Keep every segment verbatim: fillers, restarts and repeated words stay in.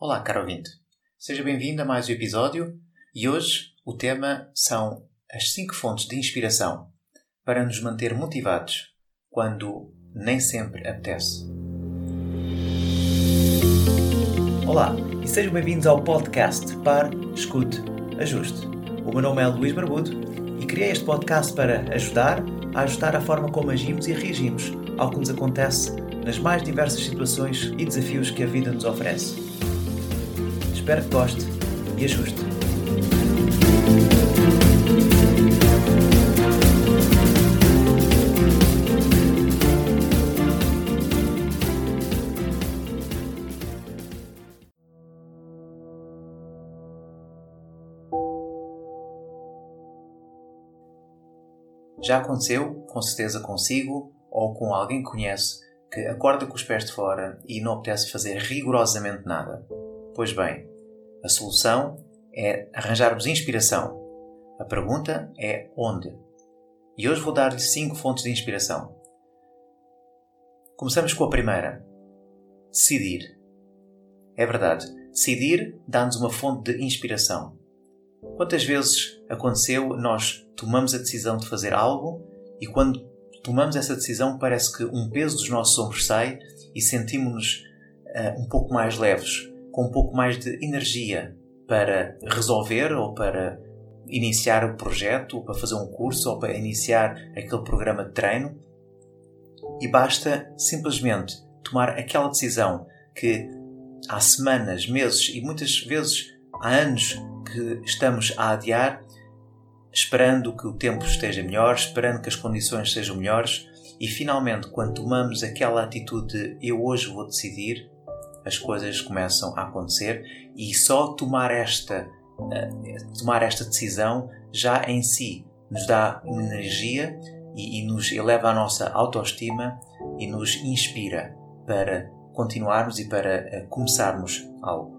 Olá, caro ouvinte. Seja bem-vindo a mais um episódio e hoje o tema são as cinco fontes de inspiração para nos manter motivados quando nem sempre apetece. Olá e sejam bem-vindos ao podcast Pare, Escute, Ajuste. O meu nome é Luís Barbudo e criei este podcast para ajudar a ajustar a forma como agimos e reagimos ao que nos acontece nas mais diversas situações e desafios que a vida nos oferece. Espero que goste e ajuste. Já aconteceu, com certeza consigo, ou com alguém que conhece, que acorda com os pés de fora e não apetece fazer rigorosamente nada? Pois bem, a solução é arranjarmos inspiração. A pergunta é onde? E hoje vou dar-lhe cinco fontes de inspiração. Começamos com a primeira. Decidir. É verdade, decidir dá-nos uma fonte de inspiração. Quantas vezes aconteceu nós tomamos a decisão de fazer algo e quando tomamos essa decisão parece que um peso dos nossos ombros sai e sentimos-nos uh, um pouco mais leves, com um pouco mais de energia para resolver ou para iniciar o projeto, ou para fazer um curso, ou para iniciar aquele programa de treino. E basta simplesmente tomar aquela decisão que há semanas, meses e muitas vezes há anos que estamos a adiar, esperando que o tempo esteja melhor, esperando que as condições sejam melhores e finalmente quando tomamos aquela atitude de eu hoje vou decidir, as coisas começam a acontecer e só tomar esta, uh, tomar esta decisão já em si nos dá uma energia e, e nos eleva a nossa autoestima e nos inspira para continuarmos e para uh, começarmos algo.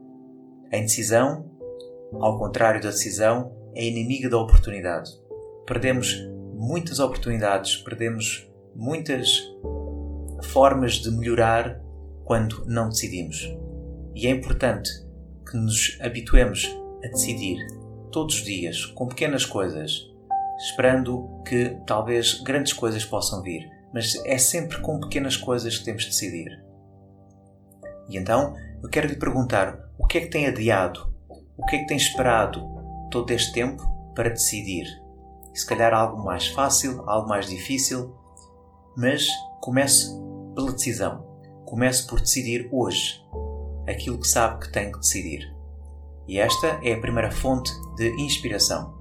A indecisão, ao contrário da decisão, é inimiga da oportunidade. Perdemos muitas oportunidades, perdemos muitas formas de melhorar quando não decidimos. E é importante que nos habituemos a decidir todos os dias, com pequenas coisas, esperando que talvez grandes coisas possam vir. Mas é sempre com pequenas coisas que temos de decidir. E então, eu quero lhe perguntar, o que é que tem adiado? O que é que tem esperado todo este tempo para decidir? E se calhar algo mais fácil, algo mais difícil, mas comece pela decisão. Comece por decidir hoje aquilo que sabe que tem que decidir. E esta é a primeira fonte de inspiração.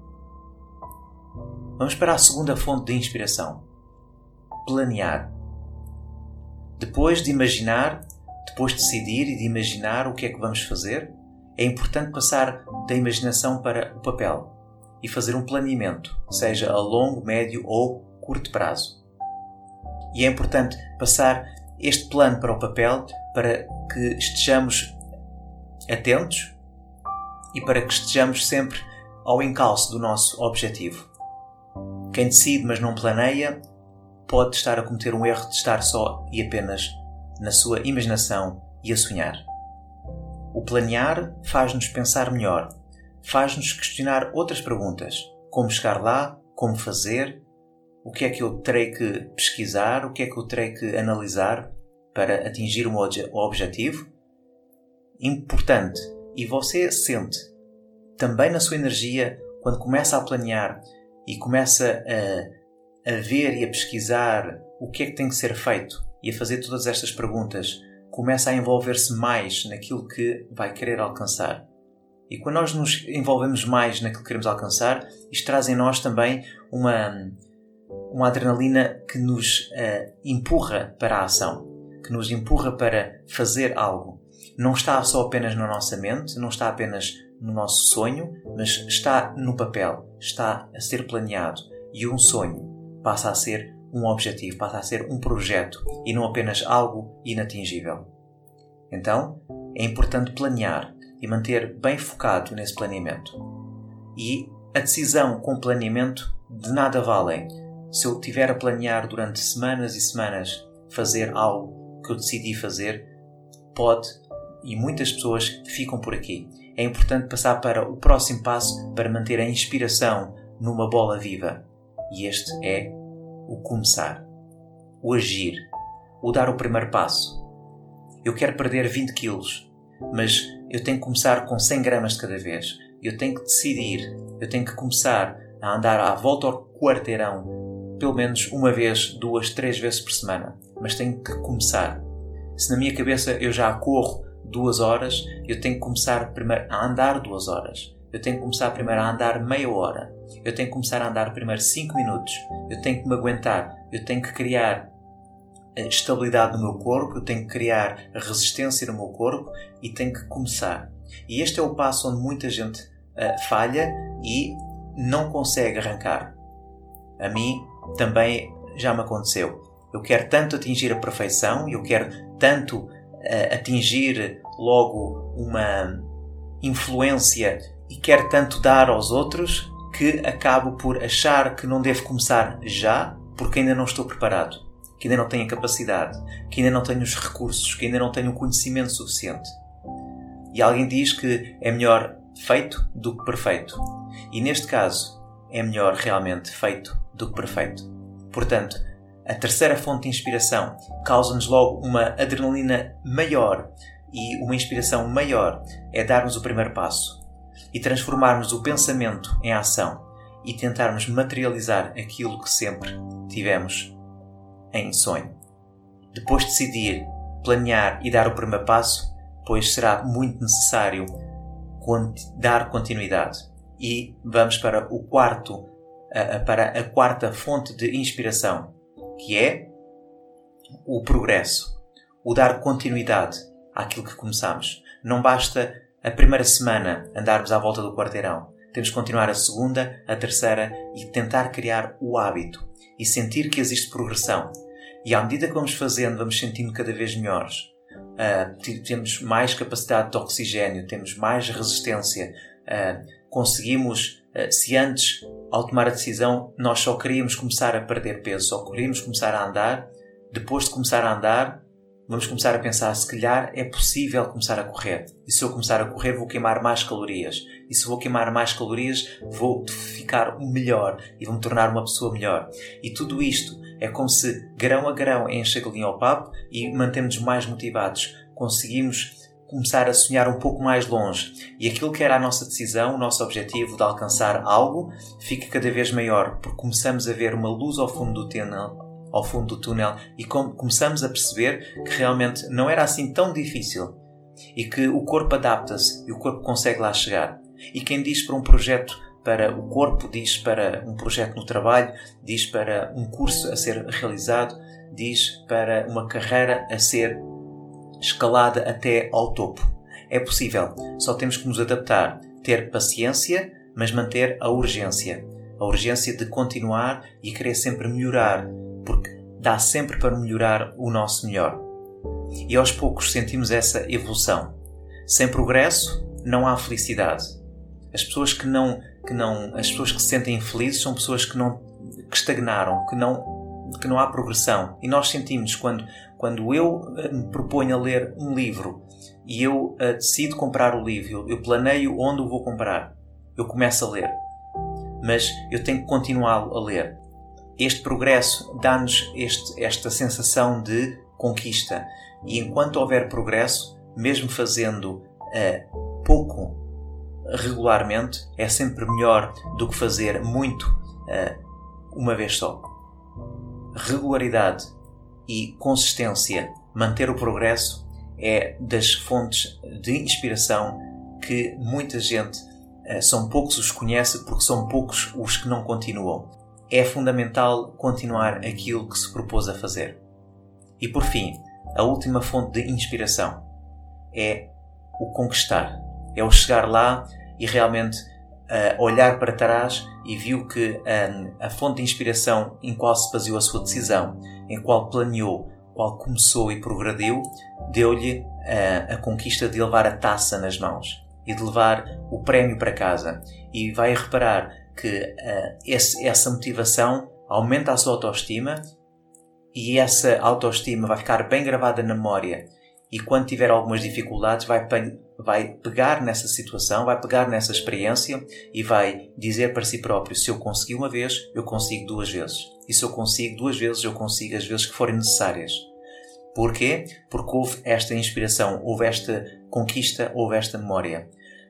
Vamos para a segunda fonte de inspiração. Planear. Depois de imaginar, depois de decidir e de imaginar o que é que vamos fazer, é importante passar da imaginação para o papel e fazer um planeamento, seja a longo, médio ou curto prazo. E é importante passar este plano para o papel para que estejamos atentos e para que estejamos sempre ao encalço do nosso objetivo. Quem decide mas não planeia pode estar a cometer um erro de estar só e apenas na sua imaginação e a sonhar. O planear faz-nos pensar melhor, faz-nos questionar outras perguntas. Como chegar lá? Como fazer? O que é que eu terei que pesquisar? O que é que eu terei que analisar para atingir o meu objetivo? Importante. E você sente também na sua energia, quando começa a planear e começa a, a ver e a pesquisar o que é que tem que ser feito e a fazer todas estas perguntas, começa a envolver-se mais naquilo que vai querer alcançar. E quando nós nos envolvemos mais naquilo que queremos alcançar, isto traz em nós também uma, uma adrenalina que nos uh, empurra para a ação, que nos empurra para fazer algo. Não está só apenas na nossa mente, não está apenas no nosso sonho, mas está no papel, está a ser planeado. E um sonho passa a ser um objetivo, passa a ser um projeto e não apenas algo inatingível. Então, é importante planear e manter bem focado nesse planeamento. E a decisão com planeamento de nada valem. Se eu estiver a planear durante semanas e semanas fazer algo que eu decidi fazer, pode e muitas pessoas ficam por aqui. É importante passar para o próximo passo para manter a inspiração numa bola viva. E este é o começar, o agir, o dar o primeiro passo. Eu quero perder vinte quilos, mas eu tenho que começar com cem gramas de cada vez. Eu tenho que decidir, eu tenho que começar a andar à volta ao quarteirão pelo menos uma vez, duas, três vezes por semana. Mas tenho que começar. Se na minha cabeça eu já corro duas horas, eu tenho que começar primeiro a andar duas horas. Eu tenho que começar primeiro a andar meia hora. Eu tenho que começar a andar primeiro cinco minutos. Eu tenho que me aguentar. Eu tenho que criar estabilidade no meu corpo. Eu tenho que criar resistência no meu corpo e tenho que começar. E este é o passo onde muita gente uh, falha e não consegue arrancar. A mim também já me aconteceu. Eu quero tanto atingir a perfeição, eu quero tanto uh, atingir logo uma influência e quero tanto dar aos outros que acabo por achar que não devo começar já porque ainda não estou preparado, que ainda não tenho a capacidade, que ainda não tenho os recursos, que ainda não tenho o conhecimento suficiente. E alguém diz que é melhor feito do que perfeito. E neste caso, é melhor realmente feito do que perfeito. Portanto, a terceira fonte de inspiração causa-nos logo uma adrenalina maior e uma inspiração maior é darmos o primeiro passo e transformarmos o pensamento em ação e tentarmos materializar aquilo que sempre tivemos em sonho. Depois de decidir, planear e dar o primeiro passo, pois será muito necessário dar continuidade. E vamos para o quarto, para a quarta fonte de inspiração, que é o progresso, o dar continuidade àquilo que começamos. Não basta a primeira semana andarmos à volta do quarteirão. Temos que continuar a segunda, a terceira e tentar criar o hábito e sentir que existe progressão. E à medida que vamos fazendo, vamos sentindo cada vez melhores. Uh, temos mais capacidade de oxigênio, temos mais resistência, uh, conseguimos, uh, se antes, ao tomar a decisão, nós só queríamos começar a perder peso, só queríamos começar a andar, depois de começar a andar, vamos começar a pensar, se calhar é possível começar a correr. E se eu começar a correr, vou queimar mais calorias. E se vou queimar mais calorias, vou ficar melhor e vou me tornar uma pessoa melhor. E tudo isto é como se, grão a grão, enche a galinha ao papo e mantemos-nos mais motivados. Conseguimos começar a sonhar um pouco mais longe. E aquilo que era a nossa decisão, o nosso objetivo de alcançar algo, fica cada vez maior, porque começamos a ver uma luz ao fundo do túnel, ao fundo do túnel e começamos a perceber que realmente não era assim tão difícil e que o corpo adapta-se e o corpo consegue lá chegar. E quem diz para um projeto para o corpo, diz para um projeto no trabalho, diz para um curso a ser realizado, diz para uma carreira a ser escalada até ao topo. É possível, só temos que nos adaptar, ter paciência, mas manter a urgência. A urgência de continuar e querer sempre melhorar, porque dá sempre para melhorar o nosso melhor. E aos poucos sentimos essa evolução. Sem progresso, não há felicidade. As pessoas que não, que não, as pessoas que se sentem infelizes são pessoas que não, que estagnaram, que não, que não há progressão. E nós sentimos quando, quando eu me proponho a ler um livro e eu uh, decido comprar o livro, eu planeio onde o vou comprar, eu começo a ler, mas eu tenho que continuar a ler. Este progresso dá-nos este, esta sensação de conquista. E enquanto houver progresso, mesmo fazendo uh, pouco regularmente, é sempre melhor do que fazer muito uh, uma vez só. Regularidade e consistência, manter o progresso, é das fontes de inspiração que muita gente, uh, são poucos os que conhece porque são poucos os que não continuam. É fundamental continuar aquilo que se propôs a fazer. E por fim, a última fonte de inspiração é o conquistar. É o chegar lá e realmente uh, olhar para trás e viu que um, a fonte de inspiração em qual se baseou a sua decisão, em qual planeou, qual começou e progrediu, deu-lhe uh, a conquista de levar a taça nas mãos e de levar o prémio para casa. E vai reparar que uh, esse, essa motivação aumenta a sua autoestima e essa autoestima vai ficar bem gravada na memória e quando tiver algumas dificuldades vai, pe- vai pegar nessa situação, vai pegar nessa experiência e vai dizer para si próprio: se eu consegui uma vez, eu consigo duas vezes. E se eu consigo duas vezes, eu consigo as vezes que forem necessárias. Porquê? Porque houve esta inspiração, houve esta conquista, houve esta memória.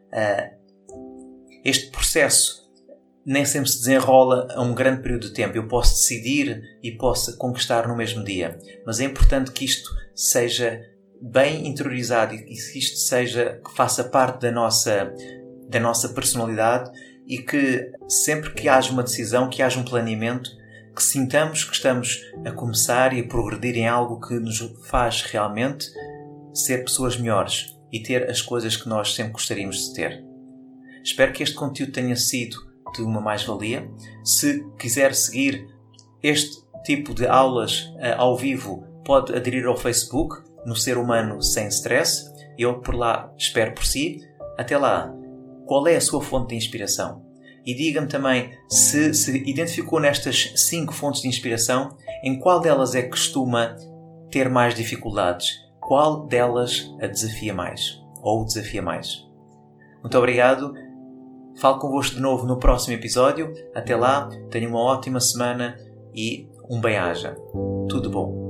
Este processo nem sempre se desenrola a um grande período de tempo. Eu posso decidir e posso conquistar no mesmo dia. Mas é importante que isto seja bem interiorizado e que isto seja, que faça parte da nossa, da nossa personalidade e que sempre que haja uma decisão, que haja um planeamento, que sintamos que estamos a começar e a progredir em algo que nos faz realmente ser pessoas melhores e ter as coisas que nós sempre gostaríamos de ter. Espero que este conteúdo tenha sido de uma mais-valia. Se quiser seguir este tipo de aulas uh, ao vivo, pode aderir ao Facebook, no Ser Humano Sem Stress. Eu por lá espero por si. Até lá, qual é a sua fonte de inspiração? E diga-me também se se identificou nestas cinco fontes de inspiração, em qual delas é que costuma ter mais dificuldades? Qual delas a desafia mais? Ou o desafia mais? Muito obrigado. Falo convosco de novo no próximo episódio. Até lá, tenha uma ótima semana e um bem-aja. Tudo bom.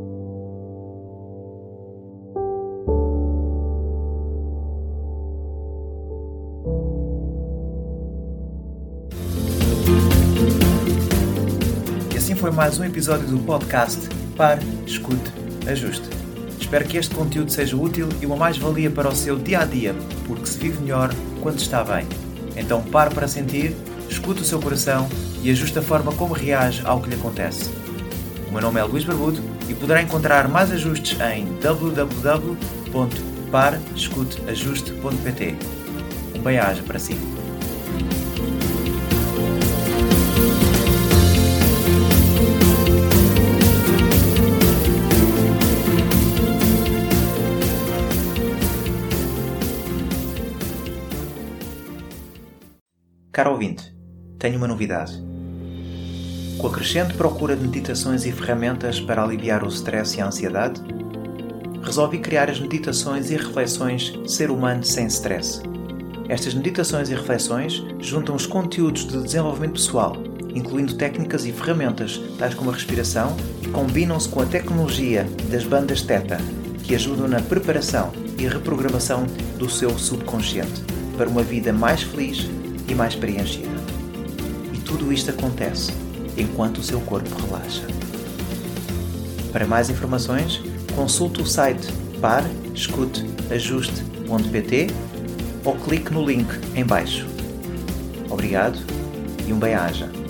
E assim foi mais um episódio do podcast Pare, Escute, Ajuste. Espero que este conteúdo seja útil e uma mais-valia para o seu dia-a-dia, porque se vive melhor quando está bem. Então pare para sentir, escute o seu coração e ajuste a forma como reage ao que lhe acontece. O meu nome é Luís Barbudo e poderá encontrar mais ajustes em w w w ponto pare escute ajuste ponto p t. Um bem-aja para si. Caro ouvinte, tenho uma novidade. Com a crescente procura de meditações e ferramentas para aliviar o stress e a ansiedade, resolvi criar as meditações e reflexões Ser Humano Sem Stress. Estas meditações e reflexões juntam os conteúdos de desenvolvimento pessoal, incluindo técnicas e ferramentas tais como a respiração, e combinam-se com a tecnologia das bandas Theta, que ajudam na preparação e reprogramação do seu subconsciente para uma vida mais feliz e mais preenchida. E tudo isto acontece enquanto o seu corpo relaxa. Para mais informações, consulte o site pare escute ajuste ponto p t ou clique no link em baixo. Obrigado e um bem-aja.